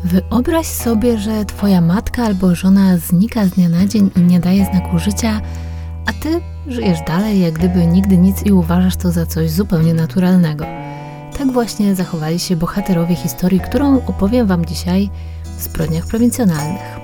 Wyobraź sobie, że twoja matka albo żona znika z dnia na dzień i nie daje znaku życia, a ty żyjesz dalej, jak gdyby nigdy nic i uważasz to za coś zupełnie naturalnego. Tak właśnie zachowali się bohaterowie historii, którą opowiem wam dzisiaj w Zbrodniach Prowincjonalnych.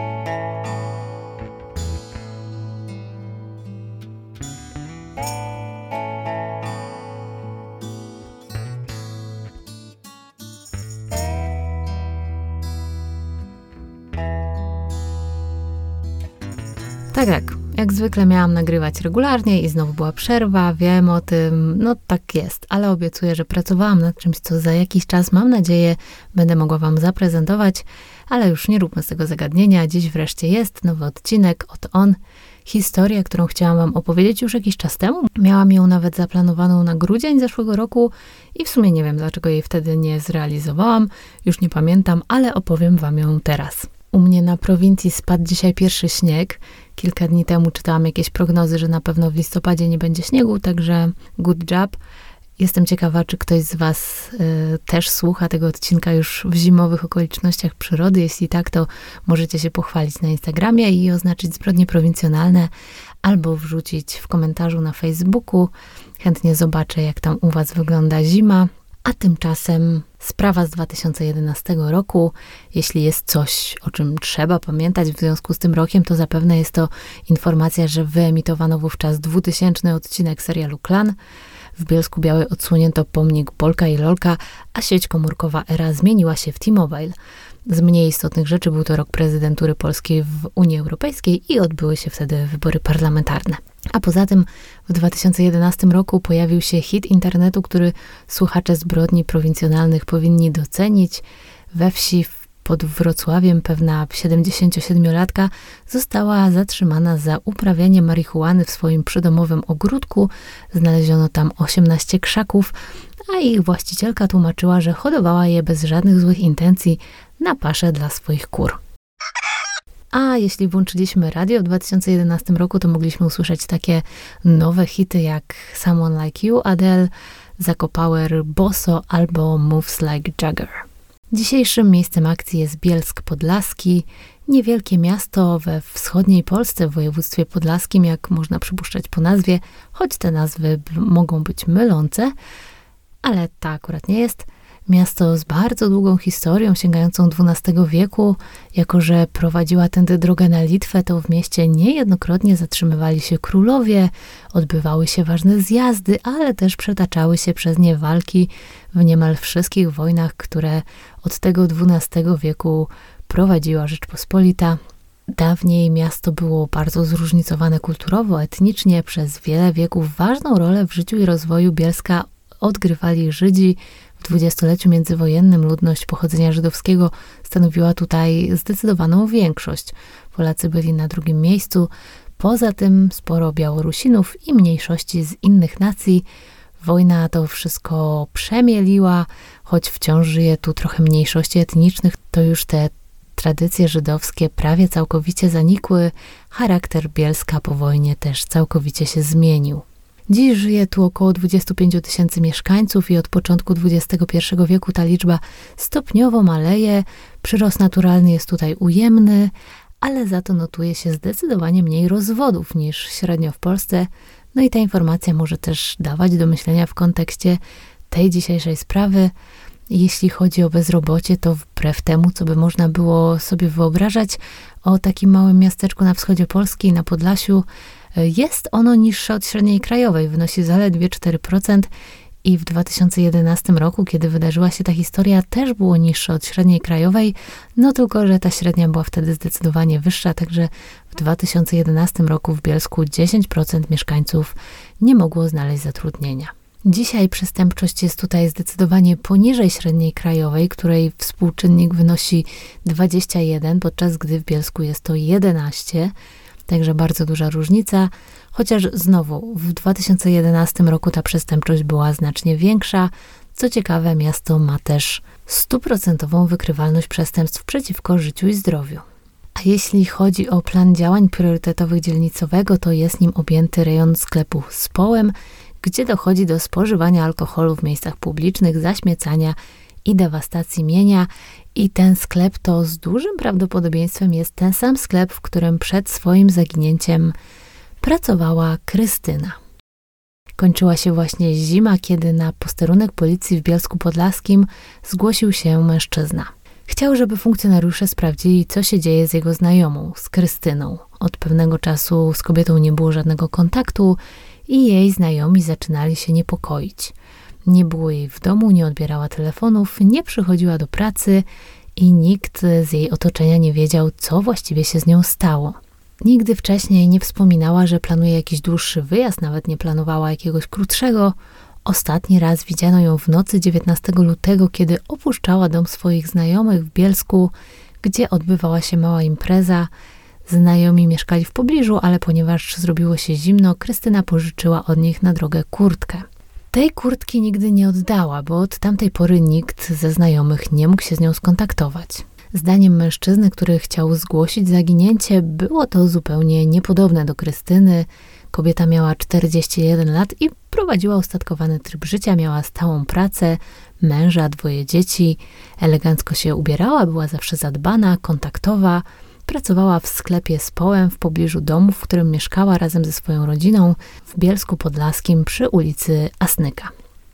Tak, jak zwykle miałam nagrywać regularnie i znowu była przerwa, wiem o tym, no tak jest, ale obiecuję, że pracowałam nad czymś, co za jakiś czas, mam nadzieję, będę mogła wam zaprezentować, ale już nie róbmy z tego zagadnienia, dziś wreszcie jest nowy odcinek, oto on, historia, którą chciałam wam opowiedzieć już jakiś czas temu. Miałam ją nawet zaplanowaną na grudzień zeszłego roku i w sumie nie wiem, dlaczego jej wtedy nie zrealizowałam, już nie pamiętam, ale opowiem wam ją teraz. U mnie na prowincji spadł dzisiaj pierwszy śnieg. Kilka dni temu czytałam jakieś prognozy, że na pewno w listopadzie nie będzie śniegu, także good job. Jestem ciekawa, czy ktoś z was też słucha tego odcinka już w zimowych okolicznościach przyrody. Jeśli tak, to możecie się pochwalić na Instagramie i oznaczyć Zbrodnie Prowincjonalne albo wrzucić w komentarzu na Facebooku. Chętnie zobaczę, jak tam u was wygląda zima. A tymczasem sprawa z 2011 roku, jeśli jest coś, o czym trzeba pamiętać w związku z tym rokiem, to zapewne jest to informacja, że wyemitowano wówczas 2000 odcinek serialu Klan. W Bielsku Białej odsłonięto pomnik Bolka i Lolka, a sieć komórkowa Era zmieniła się w T-Mobile. Z mniej istotnych rzeczy był to rok prezydentury polskiej w Unii Europejskiej i odbyły się wtedy wybory parlamentarne. A poza tym w 2011 roku pojawił się hit internetu, który słuchacze Zbrodni Prowincjonalnych powinni docenić. We wsi pod Wrocławiem pewna 77-latka została zatrzymana za uprawianie marihuany w swoim przydomowym ogródku. Znaleziono tam 18 krzaków, a ich właścicielka tłumaczyła, że hodowała je bez żadnych złych intencji na paszę dla swoich kur. A jeśli włączyliśmy radio w 2011 roku, to mogliśmy usłyszeć takie nowe hity jak Someone Like You, Adele, Zako Power, Bosso albo Moves Like Jagger. Dzisiejszym miejscem akcji jest Bielsk Podlaski, niewielkie miasto we wschodniej Polsce w województwie podlaskim, jak można przypuszczać po nazwie, choć te nazwy mogą być mylące, ale tak akurat nie jest. Miasto z bardzo długą historią, sięgającą XII wieku. Jako że prowadziła tędy drogę na Litwę, to w mieście niejednokrotnie zatrzymywali się królowie, odbywały się ważne zjazdy, ale też przetaczały się przez nie walki w niemal wszystkich wojnach, które od tego XII wieku prowadziła Rzeczpospolita. Dawniej miasto było bardzo zróżnicowane kulturowo, etnicznie. Przez wiele wieków ważną rolę w życiu i rozwoju Bielska odgrywali Żydzi. W dwudziestoleciu międzywojennym ludność pochodzenia żydowskiego stanowiła tutaj zdecydowaną większość. Polacy byli na drugim miejscu. Poza tym sporo Białorusinów i mniejszości z innych nacji. Wojna to wszystko przemieliła, choć wciąż żyje tu trochę mniejszości etnicznych, to już te tradycje żydowskie prawie całkowicie zanikły. Charakter Bielska po wojnie też całkowicie się zmienił. Dziś żyje tu około 25 000 mieszkańców i od początku XXI wieku ta liczba stopniowo maleje. Przyrost naturalny jest tutaj ujemny, ale za to notuje się zdecydowanie mniej rozwodów niż średnio w Polsce. No i ta informacja może też dawać do myślenia w kontekście tej dzisiejszej sprawy. Jeśli chodzi o bezrobocie, to wbrew temu, co by można było sobie wyobrażać o takim małym miasteczku na wschodzie Polski, na Podlasiu, jest ono niższe od średniej krajowej, wynosi zaledwie 4% i w 2011 roku, kiedy wydarzyła się ta historia, też było niższe od średniej krajowej, no tylko, że ta średnia była wtedy zdecydowanie wyższa, także w 2011 roku w Bielsku 10% mieszkańców nie mogło znaleźć zatrudnienia. Dzisiaj przestępczość jest tutaj zdecydowanie poniżej średniej krajowej, której współczynnik wynosi 21, podczas gdy w Bielsku jest to 11, także bardzo duża różnica, chociaż znowu w 2011 roku ta przestępczość była znacznie większa. Co ciekawe, miasto ma też 100% wykrywalność przestępstw przeciwko życiu i zdrowiu. A jeśli chodzi o plan działań priorytetowych dzielnicowego, to jest nim objęty rejon sklepu z połem, gdzie dochodzi do spożywania alkoholu w miejscach publicznych, zaśmiecania i dewastacji mienia. I ten sklep to z dużym prawdopodobieństwem jest ten sam sklep, w którym przed swoim zaginięciem pracowała Krystyna. Kończyła się właśnie zima, kiedy na posterunek policji w Bielsku Podlaskim zgłosił się mężczyzna. Chciał, żeby funkcjonariusze sprawdzili, co się dzieje z jego znajomą, z Krystyną. Od pewnego czasu z kobietą nie było żadnego kontaktu i jej znajomi zaczynali się niepokoić. Nie było jej w domu, nie odbierała telefonów, nie przychodziła do pracy i nikt z jej otoczenia nie wiedział, co właściwie się z nią stało. Nigdy wcześniej nie wspominała, że planuje jakiś dłuższy wyjazd, nawet nie planowała jakiegoś krótszego. Ostatni raz widziano ją w nocy 19 lutego, kiedy opuszczała dom swoich znajomych w Bielsku, gdzie odbywała się mała impreza. Znajomi mieszkali w pobliżu, ale ponieważ zrobiło się zimno, Krystyna pożyczyła od nich na drogę kurtkę. Tej kurtki nigdy nie oddała, bo od tamtej pory nikt ze znajomych nie mógł się z nią skontaktować. Zdaniem mężczyzny, który chciał zgłosić zaginięcie, było to zupełnie niepodobne do Krystyny. Kobieta miała 41 lat i prowadziła ustatkowany tryb życia, miała stałą pracę, męża, 2 dzieci, elegancko się ubierała, była zawsze zadbana, kontaktowa, pracowała w sklepie z Połem w pobliżu domu, w którym mieszkała razem ze swoją rodziną w Bielsku Podlaskim przy ulicy Asnyka.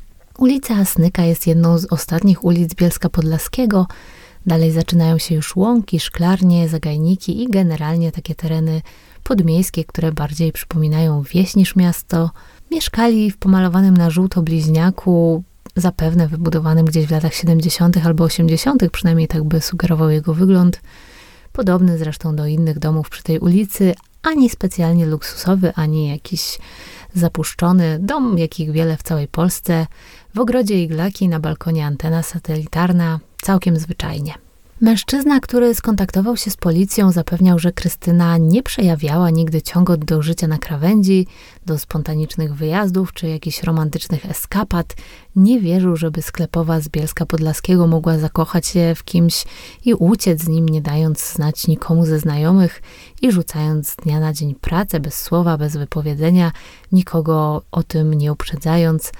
Ulica Asnyka jest jedną z ostatnich ulic Bielska Podlaskiego. Dalej zaczynają się już łąki, szklarnie, zagajniki i generalnie takie tereny podmiejskie, które bardziej przypominają wieś niż miasto. Mieszkali w pomalowanym na żółto bliźniaku, zapewne wybudowanym gdzieś w latach 70. albo 80., przynajmniej tak by sugerował jego wygląd. Podobny zresztą do innych domów przy tej ulicy, ani specjalnie luksusowy, ani jakiś zapuszczony. Dom, jakich wiele w całej Polsce. W ogrodzie iglaki, na balkonie antena satelitarna. Całkiem zwyczajnie. Mężczyzna, który skontaktował się z policją, zapewniał, że Krystyna nie przejawiała nigdy ciągu do życia na krawędzi, do spontanicznych wyjazdów czy jakichś romantycznych eskapad. Nie wierzył, żeby sklepowa z Bielska Podlaskiego mogła zakochać się w kimś i uciec z nim, nie dając znać nikomu ze znajomych i rzucając z dnia na dzień pracę bez słowa, bez wypowiedzenia, nikogo o tym nie uprzedzając.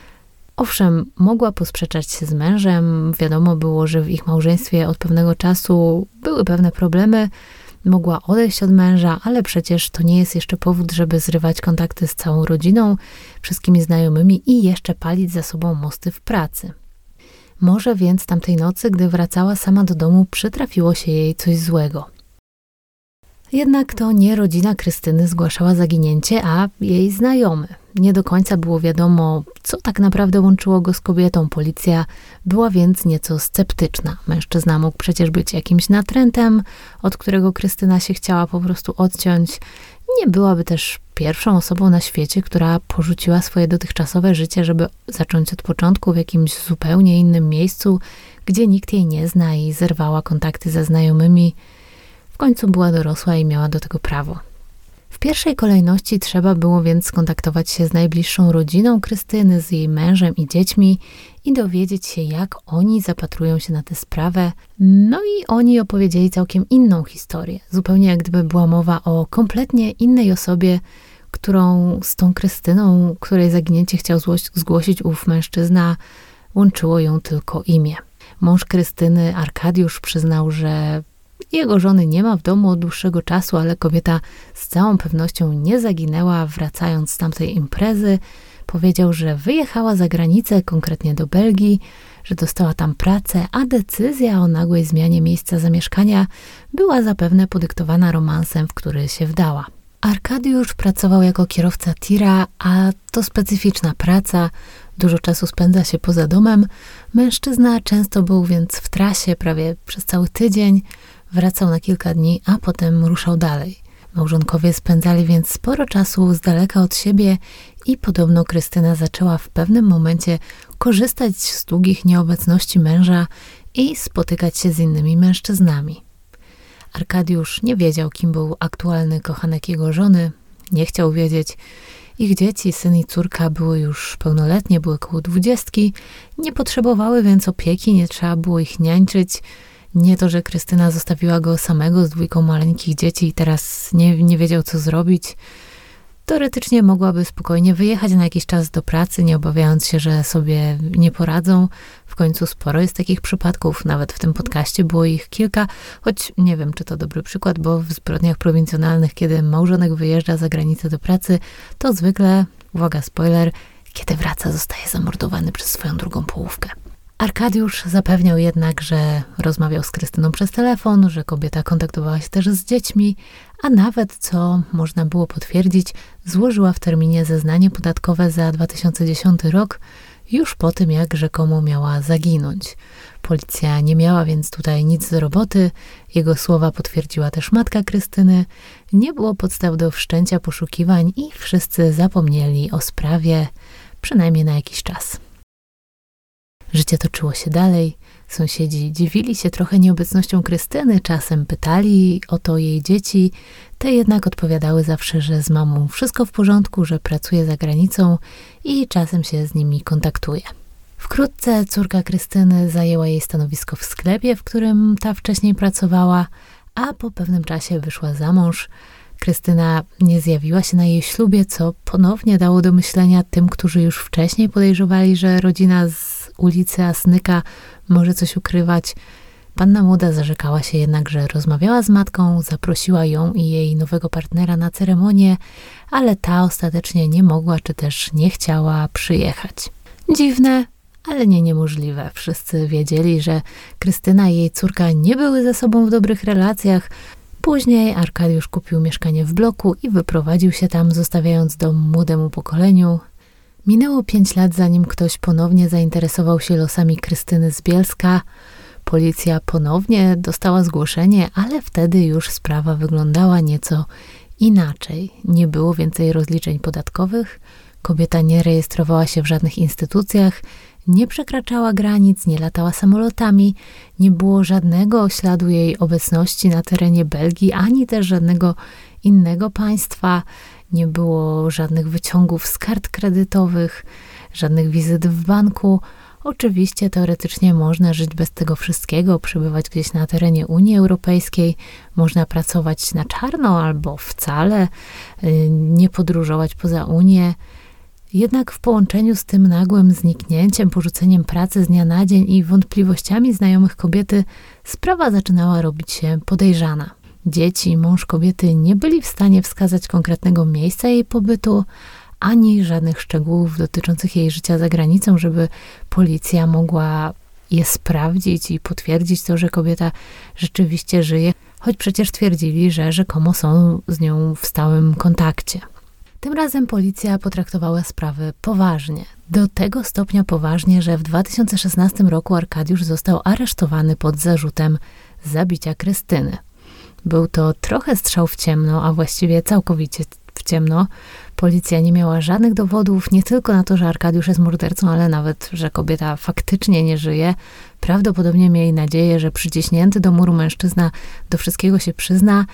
Owszem, mogła posprzeczać się z mężem, wiadomo było, że w ich małżeństwie od pewnego czasu były pewne problemy, mogła odejść od męża, ale przecież to nie jest jeszcze powód, żeby zrywać kontakty z całą rodziną, wszystkimi znajomymi i jeszcze palić za sobą mosty w pracy. Może więc tamtej nocy, gdy wracała sama do domu, przytrafiło się jej coś złego. Jednak to nie rodzina Krystyny zgłaszała zaginięcie, a jej znajomy. Nie do końca było wiadomo, co tak naprawdę łączyło go z kobietą. Policja była więc nieco sceptyczna. Mężczyzna mógł przecież być jakimś natrętem, od którego Krystyna się chciała po prostu odciąć. Nie byłaby też pierwszą osobą na świecie, która porzuciła swoje dotychczasowe życie, żeby zacząć od początku w jakimś zupełnie innym miejscu, gdzie nikt jej nie zna i zerwała kontakty ze znajomymi. W końcu była dorosła i miała do tego prawo. W pierwszej kolejności trzeba było więc skontaktować się z najbliższą rodziną Krystyny, z jej mężem i dziećmi i dowiedzieć się, jak oni zapatrują się na tę sprawę. No i oni opowiedzieli całkiem inną historię. Zupełnie jak gdyby była mowa o kompletnie innej osobie, którą z tą Krystyną, której zaginięcie chciał zgłosić ów mężczyzna, łączyło ją tylko imię. Mąż Krystyny, Arkadiusz, przyznał, że jego żony nie ma w domu od dłuższego czasu, ale kobieta z całą pewnością nie zaginęła, wracając z tamtej imprezy. Powiedział, że wyjechała za granicę, konkretnie do Belgii, że dostała tam pracę, a decyzja o nagłej zmianie miejsca zamieszkania była zapewne podyktowana romansem, w który się wdała. Arkadiusz pracował jako kierowca tira, a to specyficzna praca, dużo czasu spędza się poza domem. Mężczyzna często był więc w trasie prawie przez cały tydzień, wracał na kilka dni, a potem ruszał dalej. Małżonkowie spędzali więc sporo czasu z daleka od siebie i podobno Krystyna zaczęła w pewnym momencie korzystać z długich nieobecności męża i spotykać się z innymi mężczyznami. Arkadiusz nie wiedział, kim był aktualny kochanek jego żony, nie chciał wiedzieć. Ich dzieci, syn i córka, były już pełnoletnie, były koło 20, nie potrzebowały więc opieki, nie trzeba było ich niańczyć. Nie to, że Krystyna zostawiła go samego z 2 maleńkich dzieci i teraz nie wiedział, co zrobić. Teoretycznie mogłaby spokojnie wyjechać na jakiś czas do pracy, nie obawiając się, że sobie nie poradzą. W końcu sporo jest takich przypadków, nawet w tym podcaście było ich kilka, choć nie wiem, czy to dobry przykład, bo w zbrodniach prowincjonalnych, kiedy małżonek wyjeżdża za granicę do pracy, to zwykle, uwaga, spoiler, kiedy wraca, zostaje zamordowany przez swoją drugą połówkę. Arkadiusz zapewniał jednak, że rozmawiał z Krystyną przez telefon, że kobieta kontaktowała się też z dziećmi, a nawet, co można było potwierdzić, złożyła w terminie zeznanie podatkowe za 2010 rok, już po tym, jak rzekomo miała zaginąć. Policja nie miała więc tutaj nic do roboty, jego słowa potwierdziła też matka Krystyny, nie było podstaw do wszczęcia poszukiwań i wszyscy zapomnieli o sprawie, przynajmniej na jakiś czas. Życie toczyło się dalej. Sąsiedzi dziwili się trochę nieobecnością Krystyny, czasem pytali o to jej dzieci. Te jednak odpowiadały zawsze, że z mamą wszystko w porządku, że pracuje za granicą i czasem się z nimi kontaktuje. Wkrótce córka Krystyny zajęła jej stanowisko w sklepie, w którym ta wcześniej pracowała, a po pewnym czasie wyszła za mąż. Krystyna nie zjawiła się na jej ślubie, co ponownie dało do myślenia tym, którzy już wcześniej podejrzewali, że rodzina z ulicy Asnyka może coś ukrywać. Panna młoda zarzekała się jednak, że rozmawiała z matką, zaprosiła ją i jej nowego partnera na ceremonię, ale ta ostatecznie nie mogła, czy też nie chciała przyjechać. Dziwne, ale nie niemożliwe. Wszyscy wiedzieli, że Krystyna i jej córka nie były ze sobą w dobrych relacjach. Później Arkadiusz kupił mieszkanie w bloku i wyprowadził się tam, zostawiając dom młodemu pokoleniu. Minęło 5 lat, zanim ktoś ponownie zainteresował się losami Krystyny z Bielska. Policja ponownie dostała zgłoszenie, ale wtedy już sprawa wyglądała nieco inaczej. Nie było więcej rozliczeń podatkowych, kobieta nie rejestrowała się w żadnych instytucjach, nie przekraczała granic, nie latała samolotami, nie było żadnego śladu jej obecności na terenie Belgii, ani też żadnego innego państwa. Nie było żadnych wyciągów z kart kredytowych, żadnych wizyt w banku. Oczywiście teoretycznie można żyć bez tego wszystkiego, przebywać gdzieś na terenie Unii Europejskiej, można pracować na czarno albo wcale, nie podróżować poza Unię. Jednak w połączeniu z tym nagłym zniknięciem, porzuceniem pracy z dnia na dzień i wątpliwościami znajomych kobiety, sprawa zaczynała robić się podejrzana. Dzieci i mąż kobiety nie byli w stanie wskazać konkretnego miejsca jej pobytu, ani żadnych szczegółów dotyczących jej życia za granicą, żeby policja mogła je sprawdzić i potwierdzić to, że kobieta rzeczywiście żyje, choć przecież twierdzili, że rzekomo są z nią w stałym kontakcie. Tym razem policja potraktowała sprawy poważnie. Do tego stopnia poważnie, że w 2016 roku Arkadiusz został aresztowany pod zarzutem zabicia Krystyny. Był to trochę strzał w ciemno, a właściwie całkowicie w ciemno. Policja nie miała żadnych dowodów, nie tylko na to, że Arkadiusz jest mordercą, ale nawet, że kobieta faktycznie nie żyje. Prawdopodobnie mieli nadzieję, że przyciśnięty do muru mężczyzna do wszystkiego się przyzna.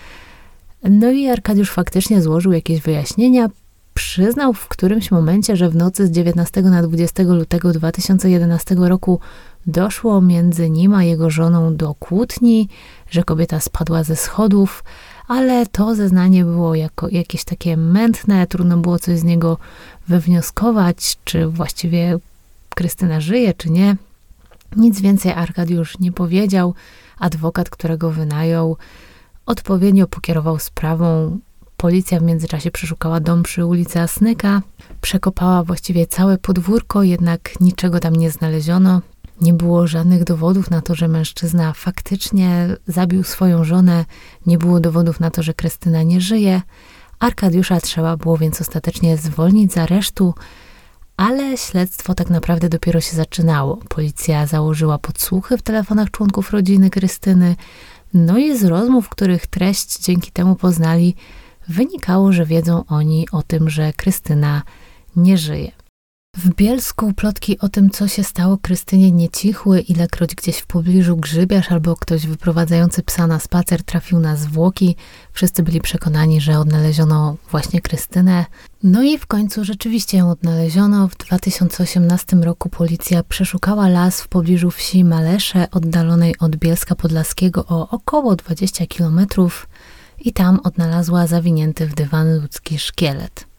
No i Arkadiusz faktycznie złożył jakieś wyjaśnienia. Przyznał w którymś momencie, że w nocy z 19 na 20 lutego 2011 roku doszło między nim a jego żoną do kłótni, że kobieta spadła ze schodów, ale to zeznanie było jakieś takie mętne, trudno było coś z niego wywnioskować, czy właściwie Krystyna żyje, czy nie. Nic więcej Arkadiusz nie powiedział. Adwokat, którego wynajął, odpowiednio pokierował sprawą. Policja w międzyczasie przeszukała dom przy ulicy Asnyka, przekopała właściwie całe podwórko, jednak niczego tam nie znaleziono. Nie było żadnych dowodów na to, że mężczyzna faktycznie zabił swoją żonę. Nie było dowodów na to, że Krystyna nie żyje. Arkadiusza trzeba było więc ostatecznie zwolnić z aresztu, ale śledztwo tak naprawdę dopiero się zaczynało. Policja założyła podsłuchy w telefonach członków rodziny Krystyny, no i z rozmów, których treść dzięki temu poznali, wynikało, że wiedzą oni o tym, że Krystyna nie żyje. W Bielsku plotki o tym, co się stało Krystynie, nie cichły. Ilekroć gdzieś w pobliżu grzybiarz albo ktoś wyprowadzający psa na spacer trafił na zwłoki, wszyscy byli przekonani, że odnaleziono właśnie Krystynę. No i w końcu rzeczywiście ją odnaleziono. W 2018 roku policja przeszukała las w pobliżu wsi Malesze, oddalonej od Bielska Podlaskiego o około 20 kilometrów i tam odnalazła zawinięty w dywan ludzki szkielet.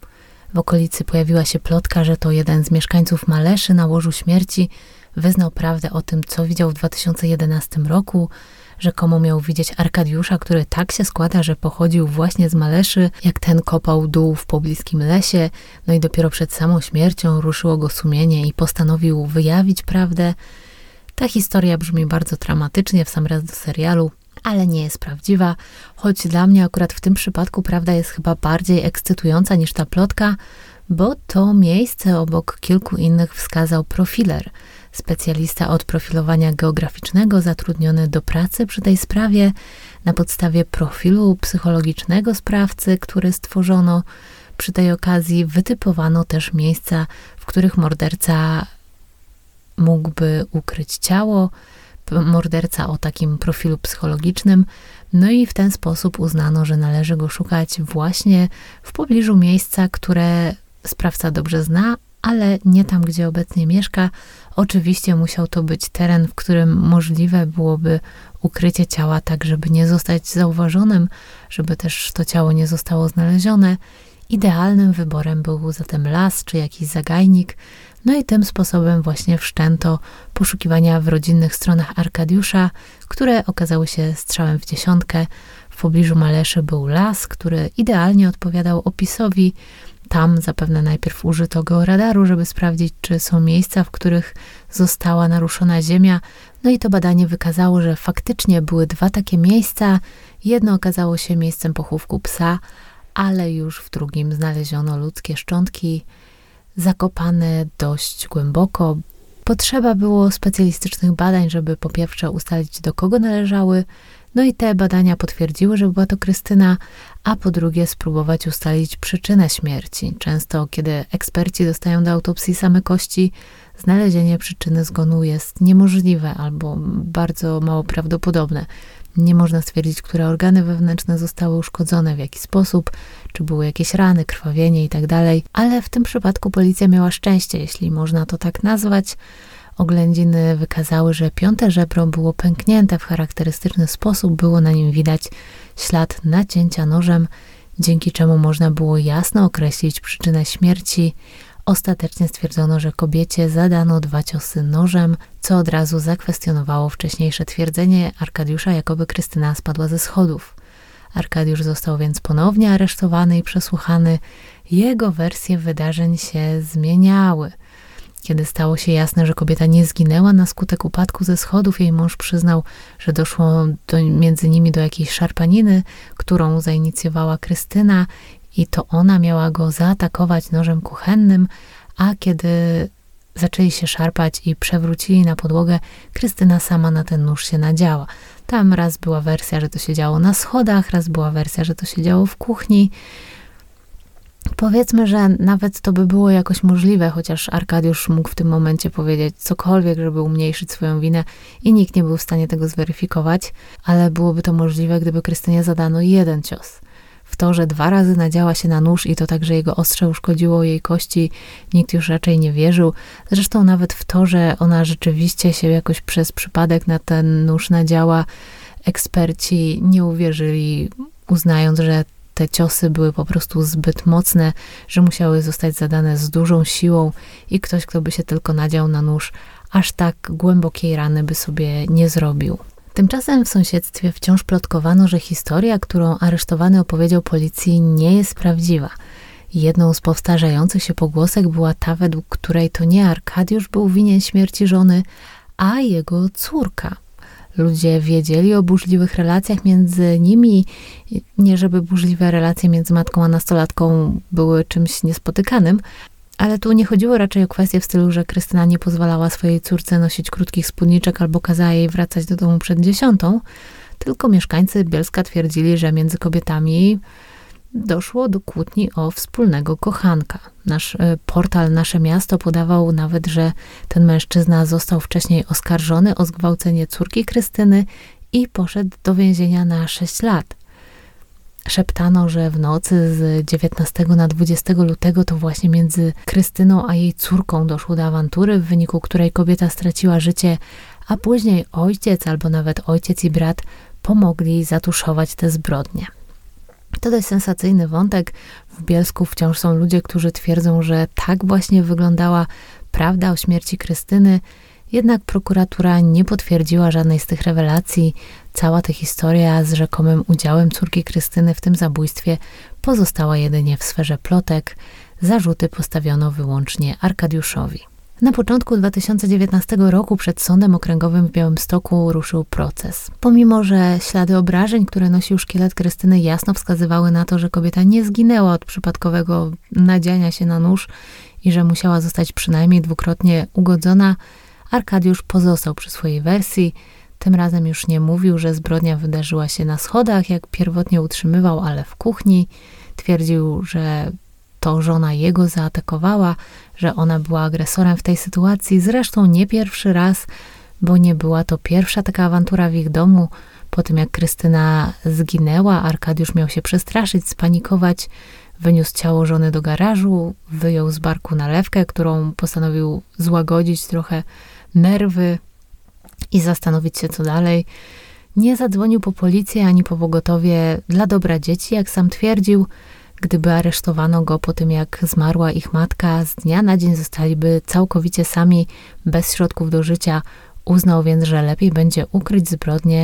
W okolicy pojawiła się plotka, że to jeden z mieszkańców Maleszy na łożu śmierci wyznał prawdę o tym, co widział w 2011 roku. Rzekomo miał widzieć Arkadiusza, który tak się składa, że pochodził właśnie z Maleszy, jak ten kopał dół w pobliskim lesie, no i dopiero przed samą śmiercią ruszyło go sumienie i postanowił wyjawić prawdę. Ta historia brzmi bardzo dramatycznie w sam raz do serialu, ale nie jest prawdziwa, choć dla mnie akurat w tym przypadku prawda jest chyba bardziej ekscytująca niż ta plotka, bo to miejsce obok kilku innych wskazał profiler, specjalista od profilowania geograficznego zatrudniony do pracy przy tej sprawie. Na podstawie profilu psychologicznego sprawcy, który stworzono przy tej okazji, wytypowano też miejsca, w których morderca mógłby ukryć ciało, morderca o takim profilu psychologicznym, no i w ten sposób uznano, że należy go szukać właśnie w pobliżu miejsca, które sprawca dobrze zna, ale nie tam, gdzie obecnie mieszka. Oczywiście musiał to być teren, w którym możliwe byłoby ukrycie ciała tak, żeby nie zostać zauważonym, żeby też to ciało nie zostało znalezione. Idealnym wyborem był zatem las czy jakiś zagajnik, no i tym sposobem właśnie wszczęto poszukiwania w rodzinnych stronach Arkadiusza, które okazały się strzałem w dziesiątkę. W pobliżu Maleszy był las, który idealnie odpowiadał opisowi. Tam zapewne najpierw użyto georadaru, żeby sprawdzić, czy są miejsca, w których została naruszona ziemia. No i to badanie wykazało, że faktycznie były dwa takie miejsca. Jedno okazało się miejscem pochówku psa, ale już w drugim znaleziono ludzkie szczątki zakopane dość głęboko. Potrzeba było specjalistycznych badań, żeby po pierwsze ustalić, do kogo należały, no i te badania potwierdziły, że była to Krystyna, a po drugie spróbować ustalić przyczynę śmierci. Często, kiedy eksperci dostają do autopsji same kości, znalezienie przyczyny zgonu jest niemożliwe albo bardzo mało prawdopodobne. Nie można stwierdzić, które organy wewnętrzne zostały uszkodzone, w jaki sposób, czy były jakieś rany, krwawienie itd. Ale w tym przypadku policja miała szczęście, jeśli można to tak nazwać. Oględziny wykazały, że piąte żebro było pęknięte w charakterystyczny sposób. Było na nim widać ślad nacięcia nożem, dzięki czemu można było jasno określić przyczynę śmierci. Ostatecznie stwierdzono, że kobiecie zadano 2 ciosy nożem, co od razu zakwestionowało wcześniejsze twierdzenie Arkadiusza, jakoby Krystyna spadła ze schodów. Arkadiusz został więc ponownie aresztowany i przesłuchany. Jego wersje wydarzeń się zmieniały. Kiedy stało się jasne, że kobieta nie zginęła na skutek upadku ze schodów, jej mąż przyznał, że doszło między nimi do jakiejś szarpaniny, którą zainicjowała Krystyna i to ona miała go zaatakować nożem kuchennym, a kiedy zaczęli się szarpać i przewrócili na podłogę, Krystyna sama na ten nóż się nadziała. Tam raz była wersja, że to się działo na schodach, raz była wersja, że to się działo w kuchni. Powiedzmy, że nawet to by było jakoś możliwe, chociaż Arkadiusz mógł w tym momencie powiedzieć cokolwiek, żeby umniejszyć swoją winę i nikt nie był w stanie tego zweryfikować, ale byłoby to możliwe, gdyby Krystynie zadano 1 cios. W to, że 2 razy nadziała się na nóż i to tak, że jego ostrze uszkodziło jej kości, nikt już raczej nie wierzył. Zresztą nawet w to, że ona rzeczywiście się jakoś przez przypadek na ten nóż nadziała, eksperci nie uwierzyli, uznając, że te ciosy były po prostu zbyt mocne, że musiały zostać zadane z dużą siłą i ktoś, kto by się tylko nadział na nóż, aż tak głębokiej rany by sobie nie zrobił. Tymczasem w sąsiedztwie wciąż plotkowano, że historia, którą aresztowany opowiedział policji, nie jest prawdziwa. Jedną z powtarzających się pogłosek była ta, według której to nie Arkadiusz był winien śmierci żony, a jego córka. Ludzie wiedzieli o burzliwych relacjach między nimi. Nie żeby burzliwe relacje między matką a nastolatką były czymś niespotykanym, ale tu nie chodziło raczej o kwestię w stylu, że Krystyna nie pozwalała swojej córce nosić krótkich spódniczek albo kazała jej wracać do domu przed 10, tylko mieszkańcy Bielska twierdzili, że między kobietami doszło do kłótni o wspólnego kochanka. Nasz portal Nasze Miasto podawał nawet, że ten mężczyzna został wcześniej oskarżony o zgwałcenie córki Krystyny i poszedł do więzienia na 6 lat. Szeptano, że w nocy z 19 na 20 lutego to właśnie między Krystyną a jej córką doszło do awantury, w wyniku której kobieta straciła życie, a później ojciec albo nawet ojciec i brat pomogli zatuszować te zbrodnie. To dość sensacyjny wątek. W Bielsku wciąż są ludzie, którzy twierdzą, że tak właśnie wyglądała prawda o śmierci Krystyny. Jednak prokuratura nie potwierdziła żadnej z tych rewelacji. Cała ta historia z rzekomym udziałem córki Krystyny w tym zabójstwie pozostała jedynie w sferze plotek. Zarzuty postawiono wyłącznie Arkadiuszowi. Na początku 2019 roku przed Sądem Okręgowym w Białymstoku ruszył proces. Pomimo że ślady obrażeń, które nosił szkielet Krystyny, jasno wskazywały na to, że kobieta nie zginęła od przypadkowego nadziania się na nóż i że musiała zostać przynajmniej dwukrotnie ugodzona, Arkadiusz pozostał przy swojej wersji. Tym razem już nie mówił, że zbrodnia wydarzyła się na schodach, jak pierwotnie utrzymywał, ale w kuchni. Twierdził, że to żona jego zaatakowała, że ona była agresorem w tej sytuacji. Zresztą nie pierwszy raz, bo nie była to pierwsza taka awantura w ich domu. Po tym jak Krystyna zginęła, Arkadiusz miał się przestraszyć, spanikować. Wyniósł ciało żony do garażu, wyjął z barku nalewkę, którą postanowił złagodzić trochę nerwy i zastanowić się, co dalej. Nie zadzwonił po policję ani po pogotowie dla dobra dzieci, jak sam twierdził. Gdyby aresztowano go po tym, jak zmarła ich matka, z dnia na dzień zostaliby całkowicie sami, bez środków do życia. Uznał więc, że lepiej będzie ukryć zbrodnię,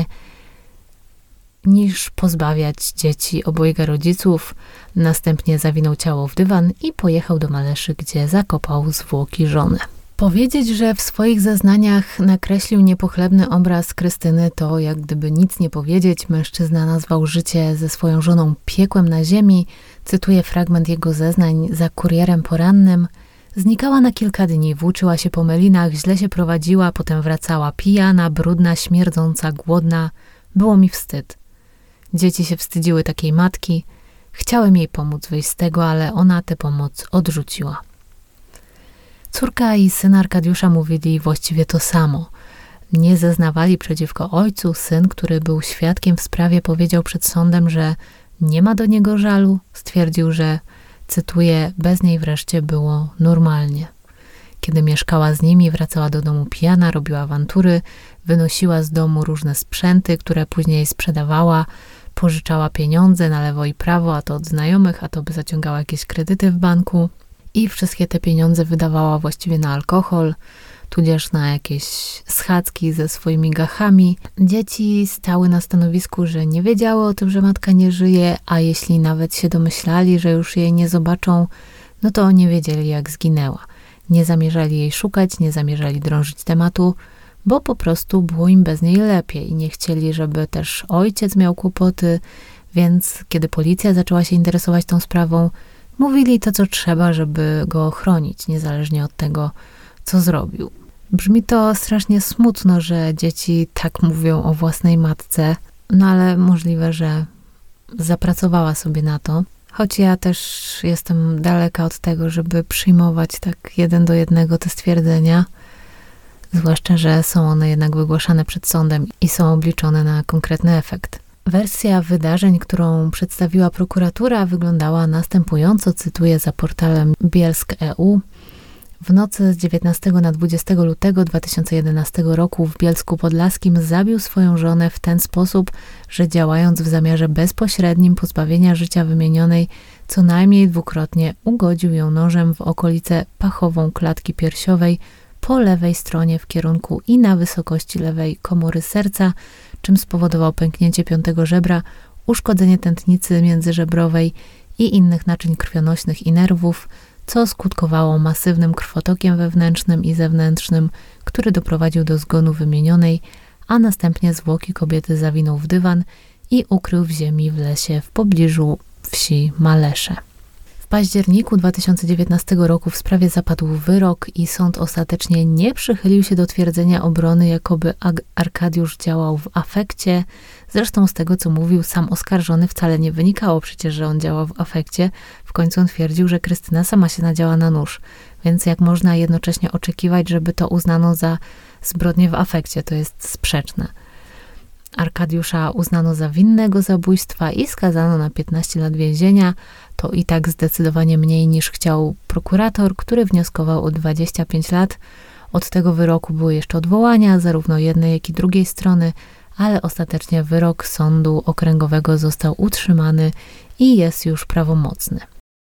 niż pozbawiać dzieci obojga rodziców. Następnie zawinął ciało w dywan i pojechał do Maleszy, gdzie zakopał zwłoki żony. Powiedzieć, że w swoich zeznaniach nakreślił niepochlebny obraz Krystyny, to jak gdyby nic nie powiedzieć. Mężczyzna nazwał życie ze swoją żoną piekłem na ziemi. Cytuję fragment jego zeznań za Kurierem Porannym. Znikała na kilka dni, włóczyła się po melinach, źle się prowadziła, potem wracała pijana, brudna, śmierdząca, głodna. Było mi wstyd. Dzieci się wstydziły takiej matki. Chciałem jej pomóc wyjść z tego, ale ona tę pomoc odrzuciła. Córka i syn Arkadiusza mówili właściwie to samo. Nie zeznawali przeciwko ojcu. Syn, który był świadkiem w sprawie, powiedział przed sądem, że nie ma do niego żalu. Stwierdził, że, cytuję, bez niej wreszcie było normalnie. Kiedy mieszkała z nimi, wracała do domu pijana, robiła awantury, wynosiła z domu różne sprzęty, które później sprzedawała, pożyczała pieniądze na lewo i prawo, a to od znajomych, a to by zaciągała jakieś kredyty w banku. I wszystkie te pieniądze wydawała właściwie na alkohol, tudzież na jakieś schadzki ze swoimi gachami. Dzieci stały na stanowisku, że nie wiedziały o tym, że matka nie żyje, a jeśli nawet się domyślali, że już jej nie zobaczą, no to nie wiedzieli, jak zginęła. Nie zamierzali jej szukać, nie zamierzali drążyć tematu, bo po prostu było im bez niej lepiej i nie chcieli, żeby też ojciec miał kłopoty, więc kiedy policja zaczęła się interesować tą sprawą, mówili to, co trzeba, żeby go ochronić, niezależnie od tego, co zrobił. Brzmi to strasznie smutno, że dzieci tak mówią o własnej matce, no ale możliwe, że zapracowała sobie na to. Choć ja też jestem daleka od tego, żeby przyjmować tak 1 do 1 te stwierdzenia, zwłaszcza, że są one jednak wygłaszane przed sądem i są obliczone na konkretny efekt. Wersja wydarzeń, którą przedstawiła prokuratura, wyglądała następująco, cytuję za portalem Bielsk.eu. W nocy z 19 na 20 lutego 2011 roku w Bielsku Podlaskim zabił swoją żonę w ten sposób, że działając w zamiarze bezpośrednim pozbawienia życia wymienionej, co najmniej dwukrotnie ugodził ją nożem w okolice pachową klatki piersiowej po lewej stronie w kierunku i na wysokości lewej komory serca, czym spowodował pęknięcie 5 żebra, uszkodzenie tętnicy międzyżebrowej i innych naczyń krwionośnych i nerwów, co skutkowało masywnym krwotokiem wewnętrznym i zewnętrznym, który doprowadził do zgonu wymienionej, a następnie zwłoki kobiety zawinął w dywan i ukrył w ziemi w lesie w pobliżu wsi Malesze. W październiku 2019 roku w sprawie zapadł wyrok i sąd ostatecznie nie przychylił się do twierdzenia obrony, jakoby Arkadiusz działał w afekcie. Zresztą z tego, co mówił sam oskarżony, wcale nie wynikało przecież, że on działał w afekcie. W końcu on twierdził, że Krystyna sama się nadziała na nóż. Więc jak można jednocześnie oczekiwać, żeby to uznano za zbrodnię w afekcie? To jest sprzeczne. Arkadiusza uznano za winnego zabójstwa i skazano na 15 lat więzienia. To i tak zdecydowanie mniej niż chciał prokurator, który wnioskował o 25 lat. Od tego wyroku były jeszcze odwołania, zarówno jednej, jak i drugiej strony, ale ostatecznie wyrok sądu okręgowego został utrzymany i jest już prawomocny.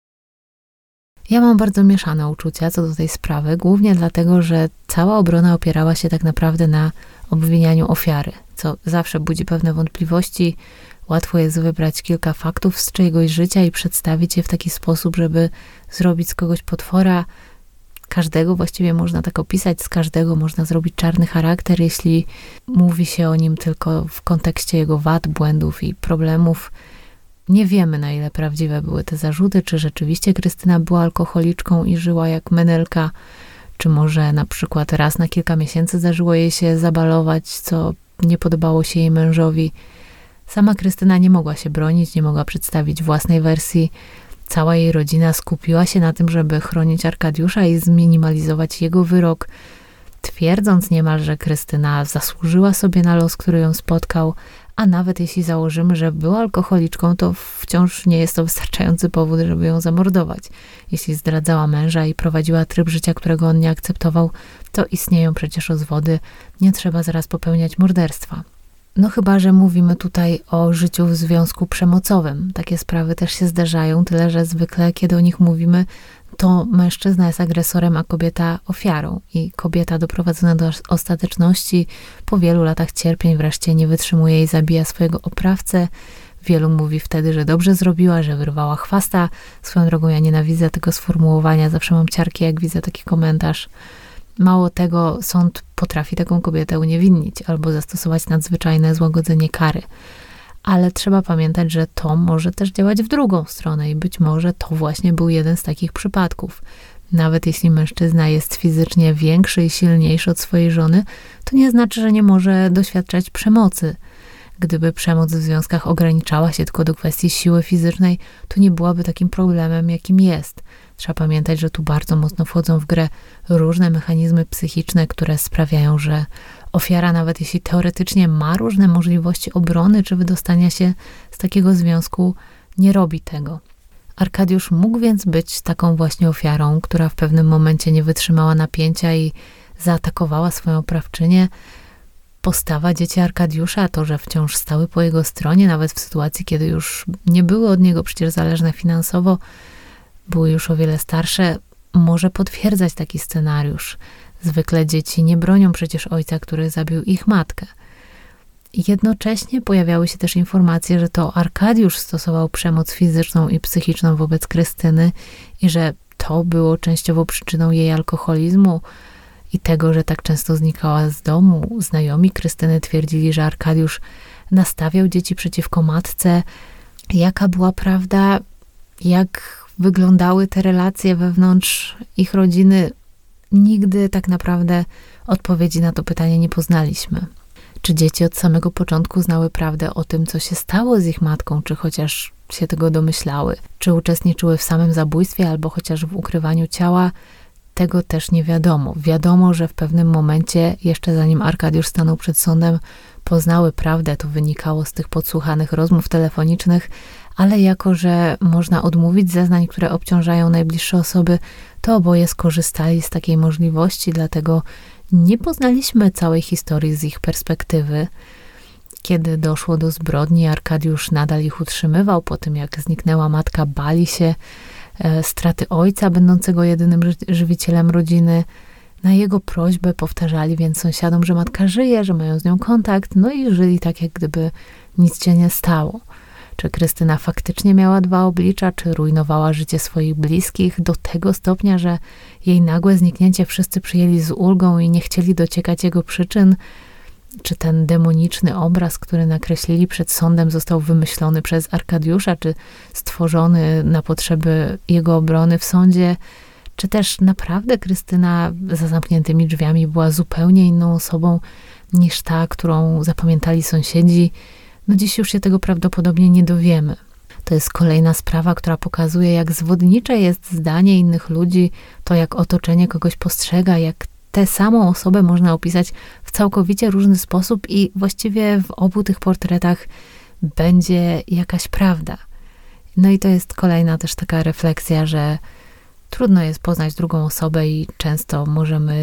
Ja mam bardzo mieszane uczucia co do tej sprawy, głównie dlatego, że cała obrona opierała się tak naprawdę na obwinianiu ofiary, co zawsze budzi pewne wątpliwości. Łatwo jest wybrać kilka faktów z czyjegoś życia i przedstawić je w taki sposób, żeby zrobić z kogoś potwora. Każdego właściwie można tak opisać, z każdego można zrobić czarny charakter, jeśli mówi się o nim tylko w kontekście jego wad, błędów i problemów. Nie wiemy, na ile prawdziwe były te zarzuty, czy rzeczywiście Krystyna była alkoholiczką i żyła jak menelka, czy może na przykład raz na kilka miesięcy zdarzyło jej się zabalować, co nie podobało się jej mężowi. Sama Krystyna nie mogła się bronić, nie mogła przedstawić własnej wersji. Cała jej rodzina skupiła się na tym, żeby chronić Arkadiusza i zminimalizować jego wyrok, twierdząc niemal, że Krystyna zasłużyła sobie na los, który ją spotkał, a nawet jeśli założymy, że była alkoholiczką, to wciąż nie jest to wystarczający powód, żeby ją zamordować. Jeśli zdradzała męża i prowadziła tryb życia, którego on nie akceptował, to istnieją przecież rozwody, nie trzeba zaraz popełniać morderstwa. No chyba, że mówimy tutaj o życiu w związku przemocowym. Takie sprawy też się zdarzają, tyle że zwykle, kiedy o nich mówimy, to mężczyzna jest agresorem, a kobieta ofiarą. I kobieta doprowadzona do ostateczności po wielu latach cierpień wreszcie nie wytrzymuje i zabija swojego oprawcę. Wielu mówi wtedy, że dobrze zrobiła, że wyrwała chwasta. Swoją drogą ja nienawidzę tego sformułowania, zawsze mam ciarki, jak widzę taki komentarz. Mało tego, sąd potrafi taką kobietę uniewinnić albo zastosować nadzwyczajne złagodzenie kary. Ale trzeba pamiętać, że to może też działać w drugą stronę i być może to właśnie był jeden z takich przypadków. Nawet jeśli mężczyzna jest fizycznie większy i silniejszy od swojej żony, to nie znaczy, że nie może doświadczać przemocy. Gdyby przemoc w związkach ograniczała się tylko do kwestii siły fizycznej, to nie byłaby takim problemem, jakim jest. Trzeba pamiętać, że tu bardzo mocno wchodzą w grę różne mechanizmy psychiczne, które sprawiają, że ofiara, nawet jeśli teoretycznie ma różne możliwości obrony czy wydostania się z takiego związku, nie robi tego. Arkadiusz mógł więc być taką właśnie ofiarą, która w pewnym momencie nie wytrzymała napięcia i zaatakowała swoją oprawczynię. Postawa dzieci Arkadiusza, to, że wciąż stały po jego stronie, nawet w sytuacji, kiedy już nie były od niego przecież zależne finansowo, były już o wiele starsze, może potwierdzać taki scenariusz. Zwykle dzieci nie bronią przecież ojca, który zabił ich matkę. Jednocześnie pojawiały się też informacje, że to Arkadiusz stosował przemoc fizyczną i psychiczną wobec Krystyny i że to było częściowo przyczyną jej alkoholizmu i tego, że tak często znikała z domu. Znajomi Krystyny twierdzili, że Arkadiusz nastawiał dzieci przeciwko matce. Jaka była prawda? Jak wyglądały te relacje wewnątrz ich rodziny? Nigdy tak naprawdę odpowiedzi na to pytanie nie poznaliśmy. Czy dzieci od samego początku znały prawdę o tym, co się stało z ich matką, czy chociaż się tego domyślały? Czy uczestniczyły w samym zabójstwie albo chociaż w ukrywaniu ciała? Tego też nie wiadomo. Wiadomo, że w pewnym momencie, jeszcze zanim Arkadiusz stanął przed sądem, poznały prawdę. To wynikało z tych podsłuchanych rozmów telefonicznych, ale jako, że można odmówić zeznań, które obciążają najbliższe osoby, to oboje skorzystali z takiej możliwości, dlatego nie poznaliśmy całej historii z ich perspektywy. Kiedy doszło do zbrodni, Arkadiusz nadal ich utrzymywał. Po tym, jak zniknęła matka, bali się straty ojca, będącego jedynym żywicielem rodziny. Na jego prośbę powtarzali więc sąsiadom, że matka żyje, że mają z nią kontakt, no i żyli tak, jak gdyby nic się nie stało. Czy Krystyna faktycznie miała dwa oblicza, czy rujnowała życie swoich bliskich do tego stopnia, że jej nagłe zniknięcie wszyscy przyjęli z ulgą i nie chcieli dociekać jego przyczyn? Czy ten demoniczny obraz, który nakreślili przed sądem, został wymyślony przez Arkadiusza, czy stworzony na potrzeby jego obrony w sądzie? Czy też naprawdę Krystyna za zamkniętymi drzwiami była zupełnie inną osobą niż ta, którą zapamiętali sąsiedzi? No dziś już się tego prawdopodobnie nie dowiemy. To jest kolejna sprawa, która pokazuje, jak zwodnicze jest zdanie innych ludzi, to jak otoczenie kogoś postrzega, jak tę samą osobę można opisać w całkowicie różny sposób i właściwie w obu tych portretach będzie jakaś prawda. No i to jest kolejna też taka refleksja, że trudno jest poznać drugą osobę i często możemy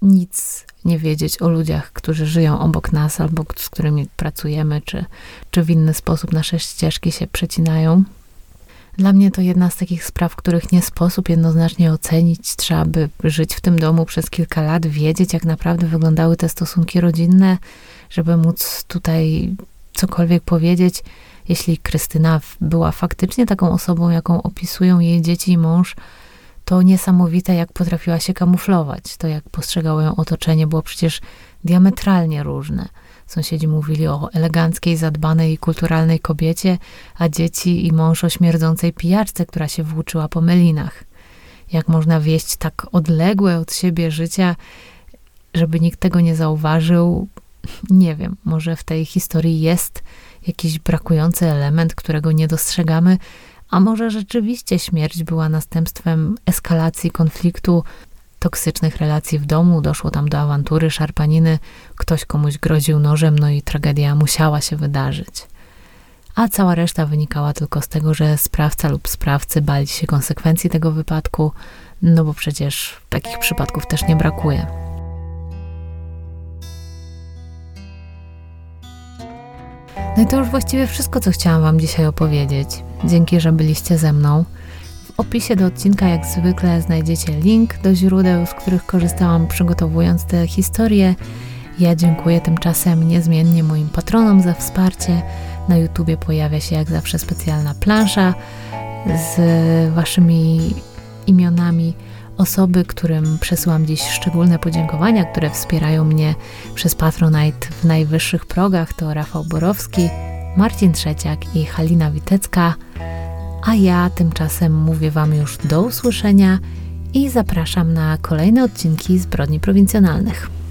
nic nie wiedzieć o ludziach, którzy żyją obok nas albo z którymi pracujemy, czy w inny sposób nasze ścieżki się przecinają. Dla mnie to jedna z takich spraw, których nie sposób jednoznacznie ocenić. Trzeba by żyć w tym domu przez kilka lat, wiedzieć, jak naprawdę wyglądały te stosunki rodzinne, żeby móc tutaj cokolwiek powiedzieć. Jeśli Krystyna była faktycznie taką osobą, jaką opisują jej dzieci i mąż, to niesamowite, jak potrafiła się kamuflować. To, jak postrzegało ją otoczenie, było przecież diametralnie różne. Sąsiedzi mówili o eleganckiej, zadbanej i kulturalnej kobiecie, a dzieci i mąż o śmierdzącej pijaczce, która się włóczyła po melinach. Jak można wieść tak odległe od siebie życia, żeby nikt tego nie zauważył? Nie wiem, może w tej historii jest jakiś brakujący element, którego nie dostrzegamy, a może rzeczywiście śmierć była następstwem eskalacji konfliktu, toksycznych relacji w domu, doszło tam do awantury, szarpaniny, ktoś komuś groził nożem, no i tragedia musiała się wydarzyć. A cała reszta wynikała tylko z tego, że sprawca lub sprawcy bali się konsekwencji tego wypadku, no bo przecież takich przypadków też nie brakuje. No i to już właściwie wszystko, co chciałam wam dzisiaj opowiedzieć. Dzięki, że byliście ze mną. W opisie do odcinka jak zwykle znajdziecie link do źródeł, z których korzystałam przygotowując tę historię. Ja dziękuję tymczasem niezmiennie moim patronom za wsparcie. Na YouTubie pojawia się jak zawsze specjalna plansza z waszymi imionami. Osoby, którym przesyłam dziś szczególne podziękowania, które wspierają mnie przez Patronite w najwyższych progach, to Rafał Borowski, Marcin Trzeciak i Halina Witecka. A ja tymczasem mówię wam już do usłyszenia i zapraszam na kolejne odcinki Zbrodni Prowincjonalnych.